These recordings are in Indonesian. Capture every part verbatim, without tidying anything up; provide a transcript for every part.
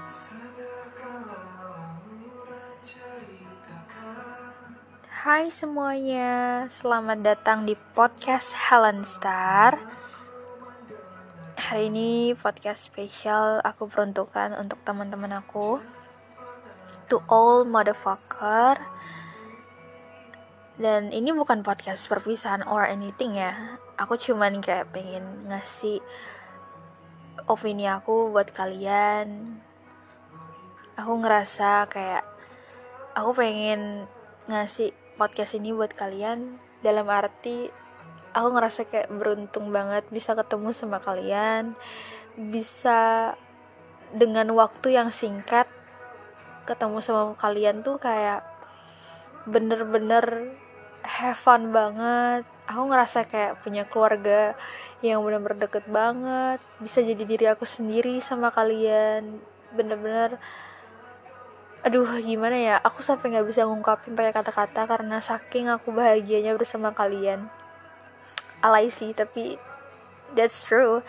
Hai semuanya, selamat datang di podcast Helen Star. Hari ini podcast spesial aku peruntukkan untuk teman-teman aku, to all motherfucker. Dan ini bukan podcast perpisahan or anything ya. Aku cuman kayak pengen ngasih opini aku buat kalian. Aku ngerasa kayak aku pengen ngasih podcast ini buat kalian dalam arti aku ngerasa kayak beruntung banget bisa ketemu sama kalian, bisa dengan waktu yang singkat ketemu sama kalian tuh kayak bener-bener have fun banget. Aku ngerasa kayak punya keluarga yang bener-bener deket banget, bisa jadi diri aku sendiri sama kalian. Bener-bener aduh gimana ya, aku sampai nggak bisa ngungkapin pakai kata-kata karena saking aku bahagianya bersama kalian. Alay sih, tapi that's true.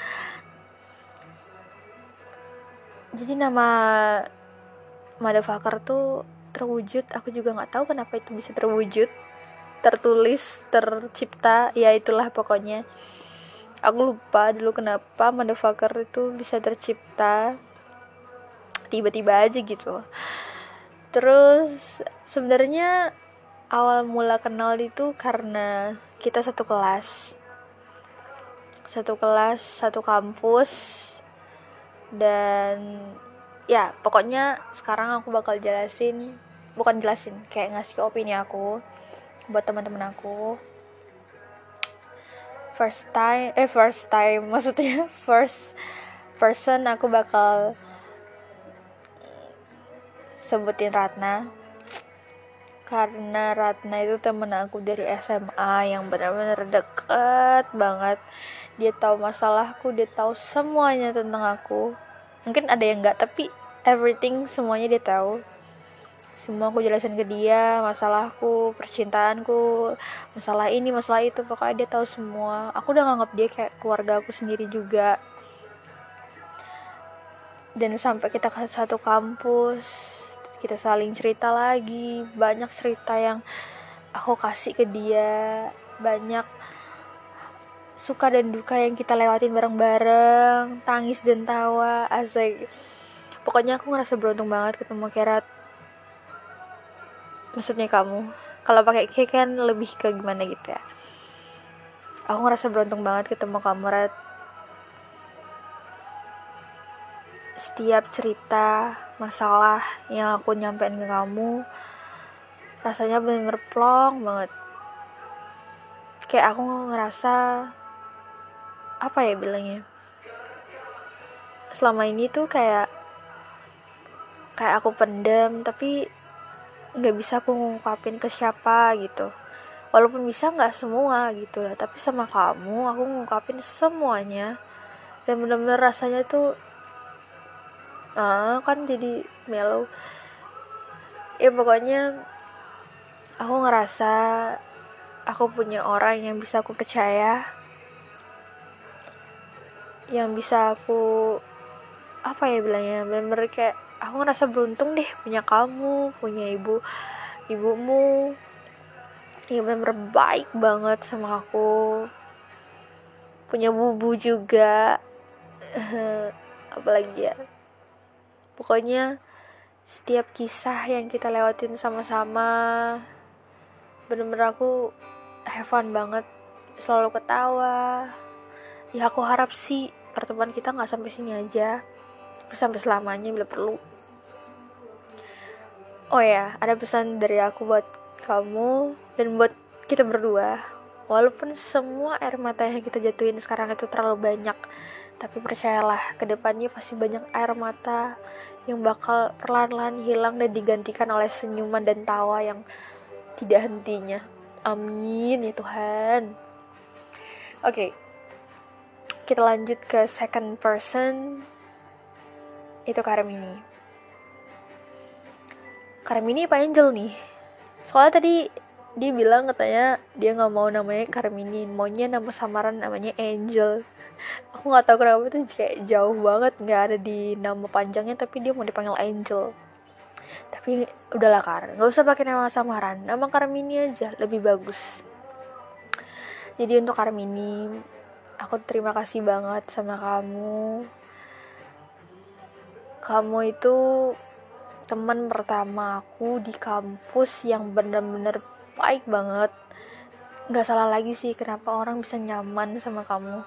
Jadi nama motherfucker tuh terwujud, aku juga nggak tahu kenapa itu bisa terwujud, tertulis, tercipta, ya itulah pokoknya. Aku lupa dulu kenapa motherfucker itu bisa tercipta tiba-tiba aja gitu. Terus sebenarnya awal mula kenal itu karena kita satu kelas satu kelas satu kampus, dan ya pokoknya sekarang aku bakal jelasin, bukan jelasin, kayak ngasih opini aku buat teman-teman aku. First time eh first time maksudnya first person aku bakal sebutin Ratna, karena Ratna itu temen aku dari S M A yang benar-benar deket banget. Dia tahu masalahku, dia tahu semuanya tentang aku. Mungkin ada yang enggak, tapi everything semuanya dia tahu. Semua aku jelasin ke dia, masalahku, percintaanku, masalah ini, masalah itu, pokoknya dia tahu semua. Aku udah nganggap dia kayak keluarga aku sendiri juga. Dan sampai kita ke satu kampus, kita saling cerita lagi, banyak cerita yang aku kasih ke dia, banyak suka dan duka yang kita lewatin bareng-bareng, tangis dan tawa, asik. Pokoknya aku ngerasa beruntung banget ketemu Kerat. Maksudnya kamu, kalau pakai K kan lebih ke gimana gitu ya. Aku ngerasa beruntung banget ketemu kamu, Rat. Setiap cerita masalah yang aku nyampein ke kamu rasanya bener-bener plong banget. Kayak aku ngerasa apa ya bilangnya, selama ini tuh kayak kayak aku pendem, tapi nggak bisa aku ngungkapin ke siapa gitu. Walaupun bisa nggak semua gitu lah, tapi sama kamu aku ngungkapin semuanya, dan bener-bener rasanya tuh ah kan jadi mellow. Ya pokoknya aku ngerasa aku punya orang yang bisa aku percaya, yang bisa aku apa ya bilangnya, bener-bener kayak aku ngerasa beruntung deh punya kamu, punya ibu ibumu yang bener-bener baik banget sama aku, punya bubu juga. Apalagi ya, pokoknya setiap kisah yang kita lewatin sama-sama bener-bener aku have fun banget, selalu ketawa. Ya aku harap sih pertemuan kita gak sampai sini aja, sampai selamanya bila perlu. Oh ya, ada pesan dari aku buat kamu dan buat kita berdua. Walaupun semua air mata yang kita jatuhin sekarang itu terlalu banyak, tapi percayalah, kedepannya pasti banyak air mata yang bakal perlahan-lahan hilang dan digantikan oleh senyuman dan tawa yang tidak hentinya. Amin ya Tuhan. Oke, okay. Kita lanjut ke second person. Itu Karmini. Karmini apa Angel nih? Soalnya tadi dia bilang katanya dia nggak mau namanya Carmini, maunya nama samaran namanya Angel. Aku nggak tahu kenapa tuh kayak jauh banget, nggak ada di nama panjangnya tapi dia mau dipanggil Angel. Tapi udahlah Kar, nggak usah pakai nama samaran, nama Carmini aja lebih bagus. Jadi untuk Carmini, aku terima kasih banget sama kamu. Kamu itu teman pertama aku di kampus yang bener-bener baik banget. Gak salah lagi sih kenapa orang bisa nyaman sama kamu.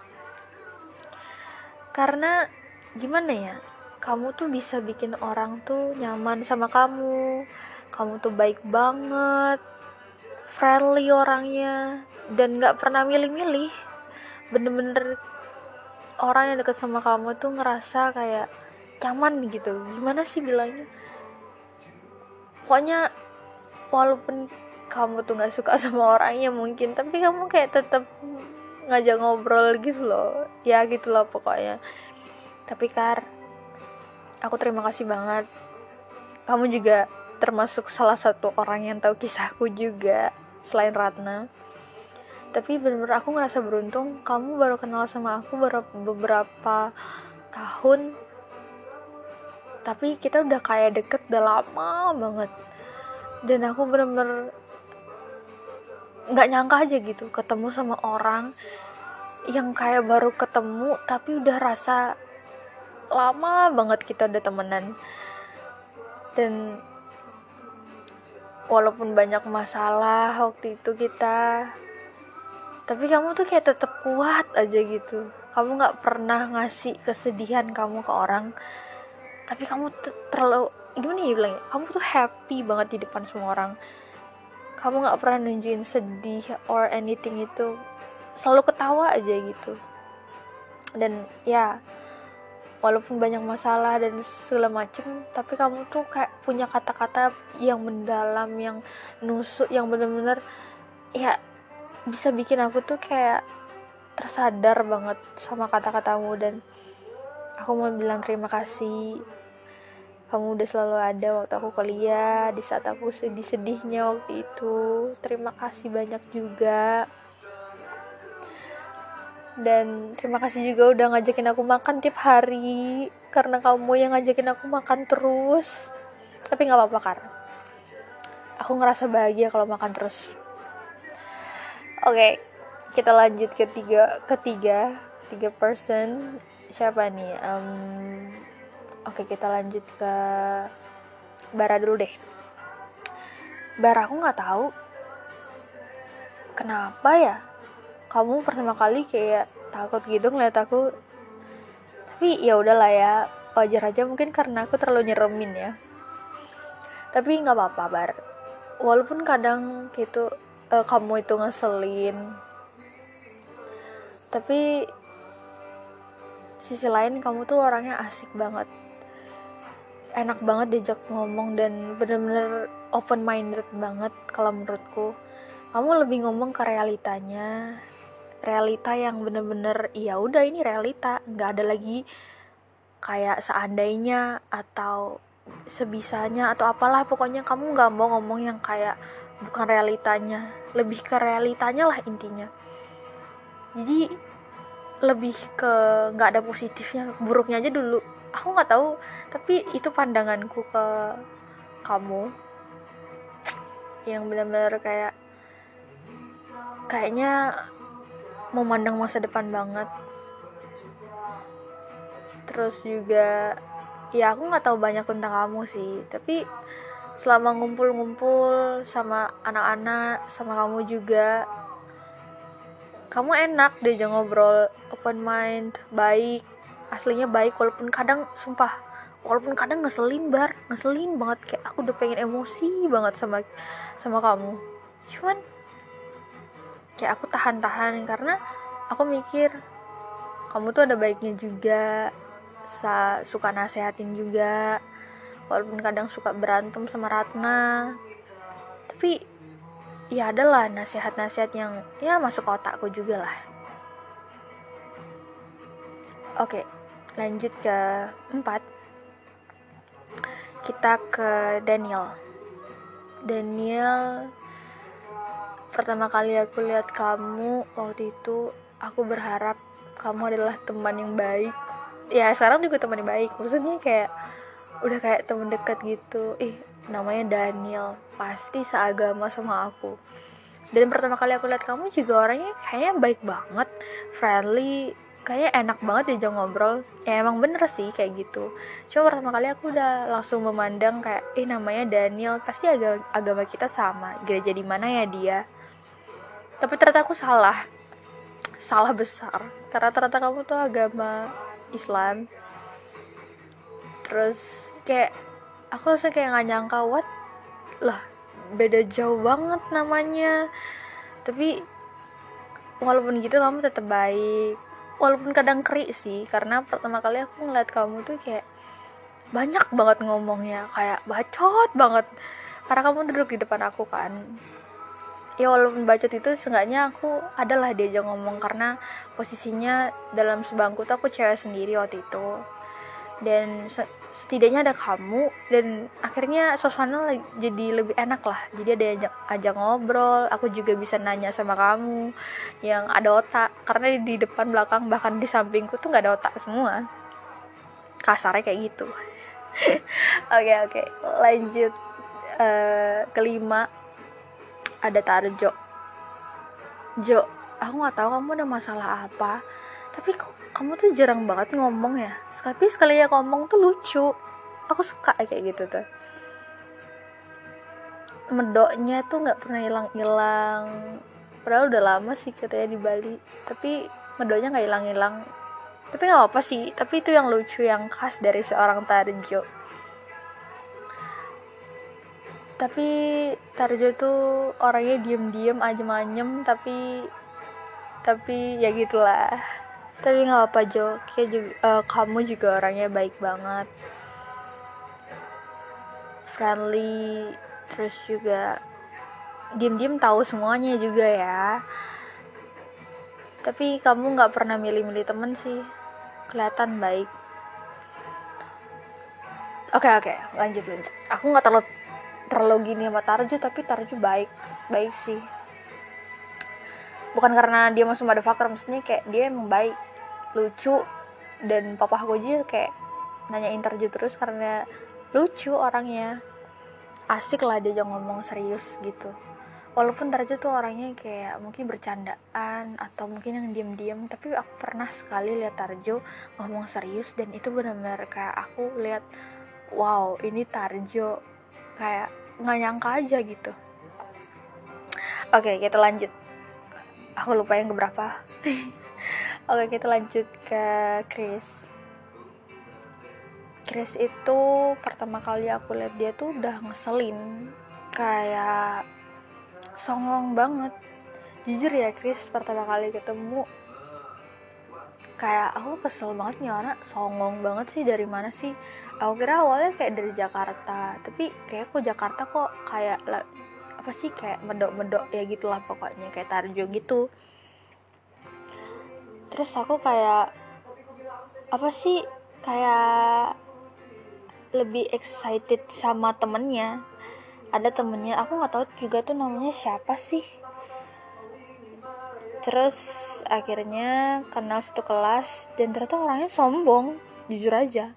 Karena gimana ya, kamu tuh bisa bikin orang tuh nyaman sama kamu. Kamu tuh baik banget, friendly orangnya, dan gak pernah milih-milih. Bener-bener orang yang deket sama kamu tuh ngerasa kayak nyaman gitu. Gimana sih bilangnya, pokoknya walaupun kamu tuh gak suka sama orangnya mungkin, tapi kamu kayak tetap ngajak ngobrol gitu loh, ya gitu loh pokoknya. Tapi Kar, aku terima kasih banget, kamu juga termasuk salah satu orang yang tahu kisahku juga selain Ratna. Tapi bener-bener aku ngerasa beruntung, kamu baru kenal sama aku baru beberapa tahun, tapi kita udah kayak deket udah lama banget. Dan aku bener-bener gak nyangka aja gitu ketemu sama orang yang kayak baru ketemu tapi udah rasa lama banget kita udah temenan. Dan walaupun banyak masalah waktu itu kita, tapi kamu tuh kayak tetap kuat aja gitu. Kamu gak pernah ngasih kesedihan kamu ke orang, tapi kamu t- terlalu gimana ya bilangnya, kamu tuh happy banget di depan semua orang. Kamu gak pernah nunjukin sedih or anything, itu selalu ketawa aja gitu. Dan ya walaupun banyak masalah dan segala macem, tapi kamu tuh kayak punya kata-kata yang mendalam, yang nusuk, yang bener-bener ya bisa bikin aku tuh kayak tersadar banget sama kata-katamu. Dan aku mau bilang terima kasih, kamu udah selalu ada waktu aku kuliah, di saat aku sedih-sedihnya waktu itu. Terima kasih banyak juga. Dan terima kasih juga udah ngajakin aku makan tiap hari, karena kamu yang ngajakin aku makan terus. Tapi gak apa-apa Kar, aku ngerasa bahagia kalau makan terus. Oke, okay, kita lanjut ke tiga ketiga tiga person. Siapa nih? Um, Oke, okay, kita lanjut ke Bara dulu deh. Bara, aku nggak tahu kenapa ya kamu pertama kali kayak takut gitu ngeliat aku. Tapi ya udahlah ya, wajar aja, mungkin karena aku terlalu nyeremin ya. Tapi nggak apa-apa Bar, walaupun kadang gitu uh, kamu itu ngeselin, tapi sisi lain kamu tuh orangnya asik banget, enak banget diajak ngomong, dan bener-bener open minded banget. Kalau menurutku kamu lebih ngomong ke realitanya, realita yang bener-bener ya udah ini realita, nggak ada lagi kayak seandainya atau sebisanya atau apalah. Pokoknya kamu nggak mau ngomong yang kayak bukan realitanya, lebih ke realitanya lah intinya. Jadi lebih ke nggak ada positifnya, buruknya aja dulu. Aku nggak tahu, tapi itu pandanganku ke kamu, yang benar-benar kayak kayaknya memandang masa depan banget. Terus juga ya aku nggak tahu banyak tentang kamu sih, tapi selama ngumpul-ngumpul sama anak-anak, sama kamu juga, kamu enak diajak ngobrol, open mind, baik, aslinya baik. Walaupun kadang sumpah, walaupun kadang ngeselin Bar, ngeselin banget, kayak aku udah pengen emosi banget sama sama kamu, cuman kayak aku tahan-tahan karena aku mikir kamu tuh ada baiknya juga, sa- suka nasehatin juga, walaupun kadang suka berantem sama Ratna, tapi ya adalah nasihat-nasihat yang ya masuk otakku juga lah. Oke, lanjut ke empat. Kita ke Daniel. Daniel pertama kali aku lihat kamu waktu itu, aku berharap kamu adalah teman yang baik. Ya sekarang juga teman yang baik, maksudnya kayak udah kayak teman dekat gitu. Ih, namanya Daniel, pasti seagama sama aku. Dan pertama kali aku lihat kamu juga orangnya kayaknya baik banget, friendly, kayaknya enak banget diajak ngobrol. Ya emang bener sih kayak gitu. Cuma pertama kali aku udah langsung memandang kayak, eh namanya Daniel, pasti agama, agama kita sama, gereja di mana ya dia. Tapi ternyata aku salah, salah besar. Karena ternyata kamu tuh agama Islam. Terus kayak aku langsung kayak nggak nyangka, what lah, beda jauh banget namanya. Tapi walaupun gitu kamu tetap baik, walaupun kadang krik sih, karena pertama kali aku ngeliat kamu tuh kayak banyak banget ngomongnya, kayak bacot banget, karena kamu duduk di depan aku kan. Ya walaupun bacot itu seenggaknya aku adalah diajak ngomong, karena posisinya dalam sebangku tuh aku cewek sendiri waktu itu, dan setidaknya ada kamu, dan akhirnya suasana jadi lebih enak lah. Jadi ada ajak, ajak ngobrol, aku juga bisa nanya sama kamu yang ada otak, karena di depan belakang bahkan di sampingku tuh nggak ada otak semua, kasarnya kayak gitu. Oke oke lanjut. Uh, kelima ada Tarjo. Jo, aku nggak tahu kamu ada masalah apa, tapi kok kamu tuh jarang banget ngomong ya. Tapi sekali ya ngomong tuh lucu. Aku suka kayak gitu tuh. Medoknya tuh nggak pernah hilang-hilang. Padahal udah lama sih katanya di Bali, tapi medoknya nggak hilang-hilang. Tapi nggak apa sih. Tapi itu yang lucu, yang khas dari seorang Tarjo. Tapi Tarjo tuh orangnya diem-diem, ajem-ajem, tapi tapi ya gitulah. Tapi nggak apa Jo, kayak juga, uh, kamu juga orangnya baik banget, friendly, terus juga diem-diem tahu semuanya juga ya. Tapi kamu nggak pernah milih-milih temen sih, kelihatan baik. Oke oke lanjut lanjut. Aku nggak terlalu terlalu gini sama Tarjo, tapi Tarjo baik baik sih. Bukan karena dia masuk motherfucker, maksudnya kayak dia emang baik, lucu, dan papa aku aja kayak nanyain Tarjo terus karena lucu orangnya, asik lah dia jangan ngomong serius gitu. Walaupun Tarjo tuh orangnya kayak mungkin bercandaan atau mungkin yang diam-diam, tapi aku pernah sekali lihat Tarjo ngomong serius, dan itu benar-benar kayak aku lihat, wow ini Tarjo, kayak nggak nyangka aja gitu. Oke kita lanjut, aku lupa yang keberapa. Oke kita lanjut ke Chris. Chris itu pertama kali aku lihat dia tuh udah ngeselin, kayak songong banget. Jujur ya Chris, pertama kali ketemu kayak aku kesel banget nih anak, songong banget sih, dari mana sih. Aku kira awalnya kayak dari Jakarta, tapi kayak kok Jakarta kok kayak apa sih, kayak medok-medok ya gitulah pokoknya, kayak Tarjo gitu. Terus aku kayak apa sih, kayak lebih excited sama temennya. Ada temennya, aku nggak tahu juga tuh namanya siapa sih. Terus akhirnya kenal satu kelas, dan ternyata orangnya sombong, jujur aja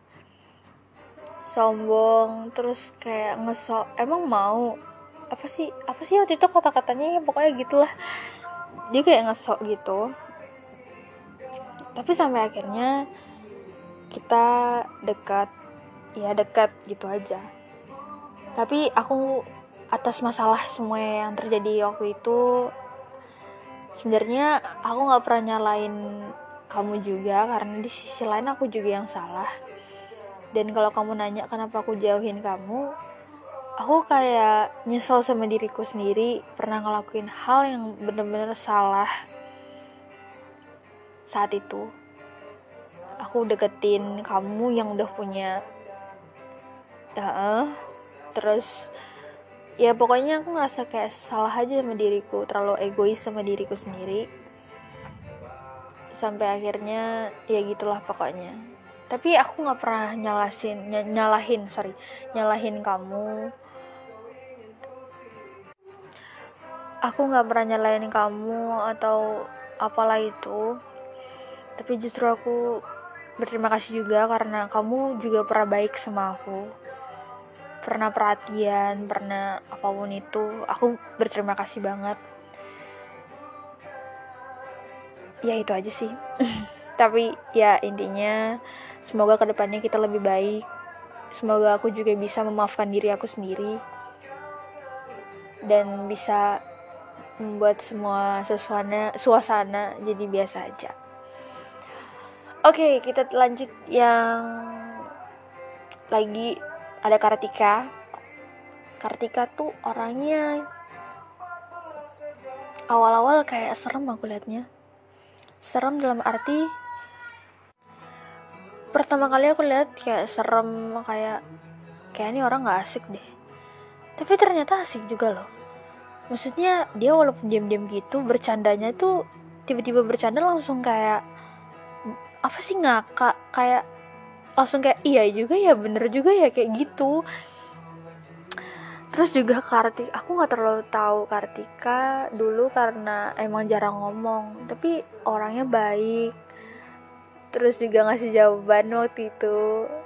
sombong. Terus kayak ngesok, emang mau apa sih apa sih waktu itu kata-katanya ya, pokoknya gitulah, dia kayak ngesok gitu. Tapi sampai akhirnya kita dekat, ya dekat gitu aja. Tapi aku atas masalah semua yang terjadi waktu itu, sebenarnya aku nggak pernah nyalain kamu juga, karena di sisi lain aku juga yang salah. Dan kalau kamu nanya kenapa aku jauhin kamu, aku kayak nyesel sama diriku sendiri, pernah ngelakuin hal yang benar-benar salah saat itu. Aku deketin kamu yang udah punya ya, terus ya pokoknya aku ngerasa kayak salah aja sama diriku, terlalu egois sama diriku sendiri, sampai akhirnya ya gitulah pokoknya. Tapi aku nggak pernah nyalasin ny- nyalahin sorry nyalahin kamu. aku nggak pernah nyalain kamu atau apalah itu, tapi justru aku berterima kasih juga karena kamu juga pernah baik sama aku, pernah perhatian, pernah apapun itu. Aku berterima kasih banget. Ya itu aja sih. Tapi ya intinya semoga kedepannya kita lebih baik. Semoga aku juga bisa memaafkan diri aku sendiri dan bisa membuat semua suasana suasana jadi biasa aja. Oke, kita lanjut yang lagi ada Kartika. Kartika tuh orangnya awal-awal kayak serem aku liatnya. Serem dalam arti pertama kali aku lihat kayak serem, kayak kayak ini orang nggak asik deh. Tapi ternyata asik juga loh. Maksudnya dia walaupun diam-diam gitu, bercandanya tuh tiba-tiba bercanda langsung kayak apa sih, ngakak, kayak langsung kayak iya juga ya, bener juga ya, kayak gitu. Terus juga Kartika, aku nggak terlalu tahu Kartika dulu karena emang jarang ngomong, tapi orangnya baik. Terus juga ngasih jawaban waktu itu,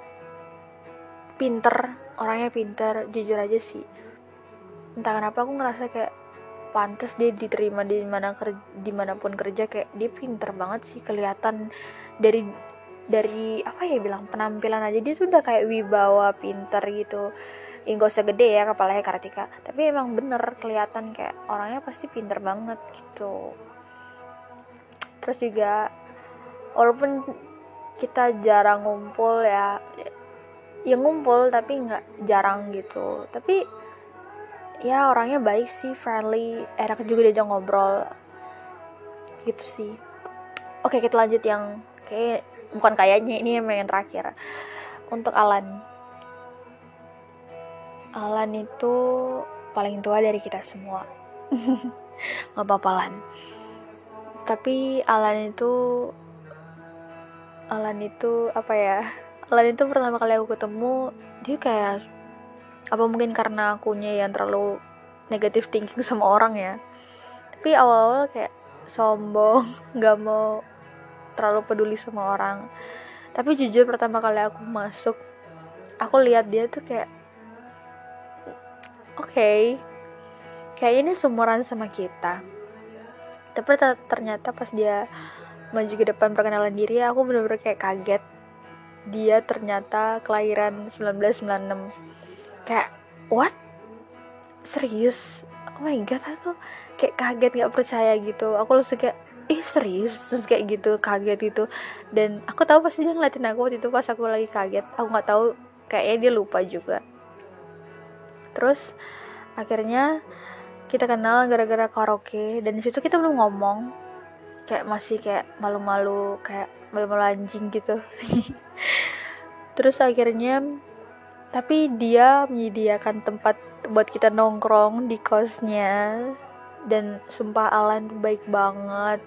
pinter, orangnya pinter, jujur aja sih. Entah kenapa aku ngerasa kayak pantas dia diterima di mana kerja, dimanapun kerja, kayak dia pinter banget sih, kelihatan dari dari apa ya bilang, penampilan aja dia tuh udah kayak wibawa, pinter gitu. Ya gak usah gede ya kepalanya Kartika, tapi emang bener kelihatan kayak orangnya pasti pinter banget gitu. Terus juga walaupun kita jarang ngumpul ya, ya ngumpul tapi nggak jarang gitu, tapi ya orangnya baik sih, friendly, enak juga diajak ngobrol gitu sih. Oke, kita lanjut yang kayak bukan kayaknya ini emang yang terakhir, untuk Alan. Alan itu paling tua dari kita semua. Gak apa-apa Lan. Tapi Alan itu Alan itu apa ya, Alan itu pertama kali aku ketemu dia kayak, apa mungkin karena akunya yang terlalu negative thinking sama orang ya, tapi awal-awal kayak sombong, gak mau terlalu peduli sama orang. Tapi jujur pertama kali aku masuk, aku lihat dia tuh kayak oke, okay, kayak ini seumuran sama kita. Tapi ternyata pas dia maju ke depan perkenalan diri, aku bener-bener kayak kaget. Dia ternyata kelahiran sembilan belas sembilan puluh enam. Kayak what? Serius? Oh my god, aku kayak kaget, gak percaya gitu. Aku langsung kayak ih serius? Terus kayak gitu, kaget gitu. Dan aku tahu pasti dia ngeliatin aku waktu itu pas aku lagi kaget. Aku gak tahu, kayaknya dia lupa juga. Terus akhirnya kita kenal gara-gara karaoke, dan disitu kita belum ngomong, kayak masih kayak malu-malu, kayak malu-malu anjing gitu. Terus akhirnya, tapi dia menyediakan tempat buat kita nongkrong di kosnya, dan sumpah Alan baik banget.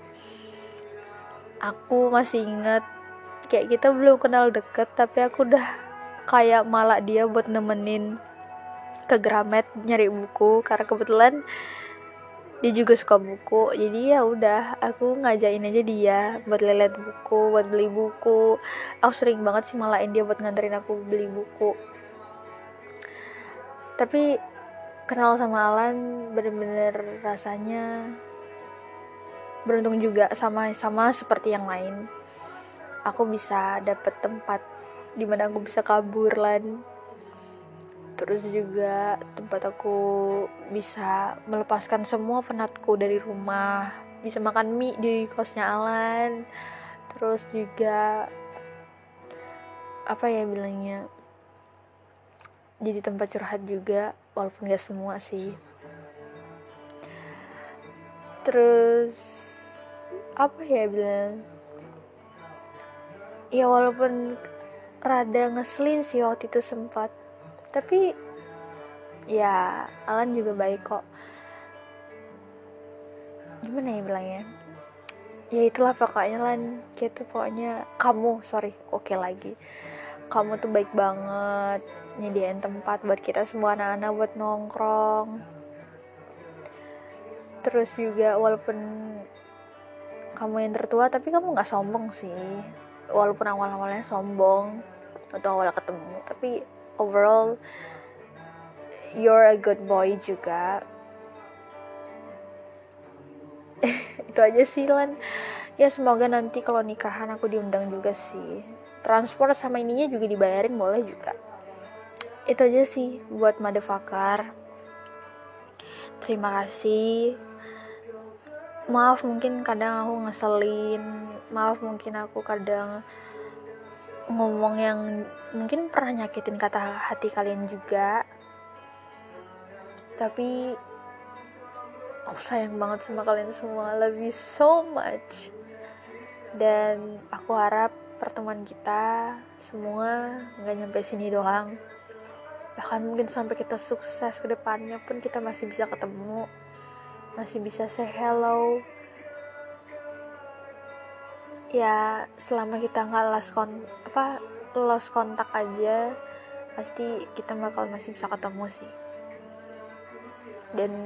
Aku masih inget kayak kita belum kenal deket, tapi aku udah kayak malak dia buat nemenin ke Gramet nyari buku, karena kebetulan dia juga suka buku. Jadi ya udah, aku ngajakin aja dia buat lihat buku, buat beli buku. Aku sering banget sih malain dia buat nganterin aku beli buku. Tapi kenal sama Alan bener-bener rasanya beruntung juga, sama sama seperti yang lain. Aku bisa dapet tempat dimana aku bisa kabur Lan. Terus juga tempat aku bisa melepaskan semua penatku dari rumah, bisa makan mie di kosnya Alan. Terus juga apa ya bilangnya, jadi tempat curhat juga, walaupun gak semua sih. Terus apa ya bilang, ya walaupun rada ngeselin sih waktu itu sempat, tapi ya Alan juga baik kok. Gimana ya bilangnya, ya itulah pokoknya Lan, gitu pokoknya. Kamu sorry oke okay lagi kamu tuh baik banget, nyediain tempat buat kita semua anak-anak buat nongkrong. Terus juga walaupun kamu yang tertua tapi kamu nggak sombong sih, walaupun awal-awalnya sombong atau awal ketemu, tapi overall you're a good boy juga. Itu aja sih Lan. Ya semoga nanti kalau nikahan aku diundang juga sih, transport sama ininya juga dibayarin boleh juga. Itu aja sih buat motherfucker. Terima kasih. Maaf mungkin kadang aku ngeselin, maaf mungkin aku kadang ngomong yang mungkin pernah nyakitin kata hati kalian juga, tapi aku sayang banget sama kalian semua. Love you so much. Dan aku harap pertemuan kita semua gak nyampe sini doang, bahkan mungkin sampai kita sukses ke depannya pun kita masih bisa ketemu, masih bisa say hello. Ya selama kita nggak lost kon apa lost kontak aja, pasti kita bakal masih bisa ketemu sih. Dan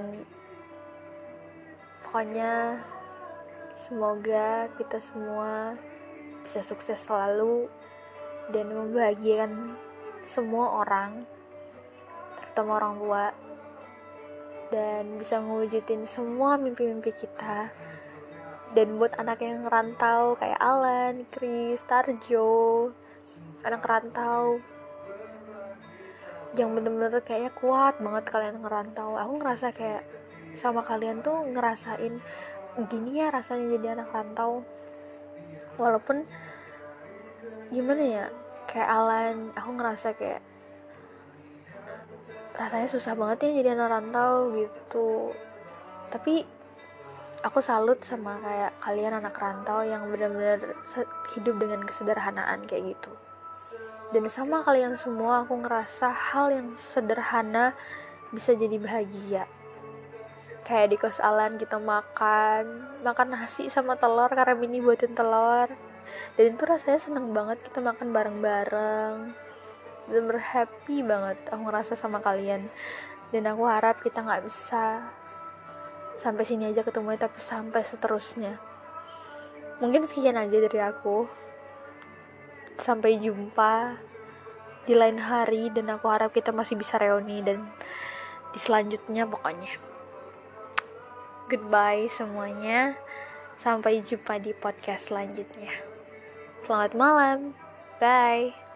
pokoknya semoga kita semua bisa sukses selalu dan membahagiakan semua orang, terutama orang tua, dan bisa mewujudin semua mimpi-mimpi kita. Dan buat anak yang ngerantau kayak Alan, Chris, Tarjo, anak rantau yang bener-bener kayaknya kuat banget kalian ngerantau. Aku ngerasa kayak sama kalian tuh ngerasain gini ya rasanya jadi anak rantau. Walaupun gimana ya, kayak Alan, aku ngerasa kayak rasanya susah banget ya jadi anak rantau gitu. Tapi aku salut sama kayak kalian anak rantau yang benar-benar hidup dengan kesederhanaan kayak gitu. Dan sama kalian semua aku ngerasa hal yang sederhana bisa jadi bahagia. Kayak di kos Alan kita makan makan nasi sama telur karena Mini buatin telur, dan itu rasanya seneng banget kita makan bareng-bareng. Bener-bener happy banget aku ngerasa sama kalian. Dan aku harap kita gak bisa sampai sini aja ketemu, tapi sampai seterusnya. Mungkin sekian aja dari aku. Sampai jumpa di lain hari, dan aku harap kita masih bisa reuni dan di selanjutnya pokoknya. Goodbye semuanya. Sampai jumpa di podcast selanjutnya. Selamat malam. Bye.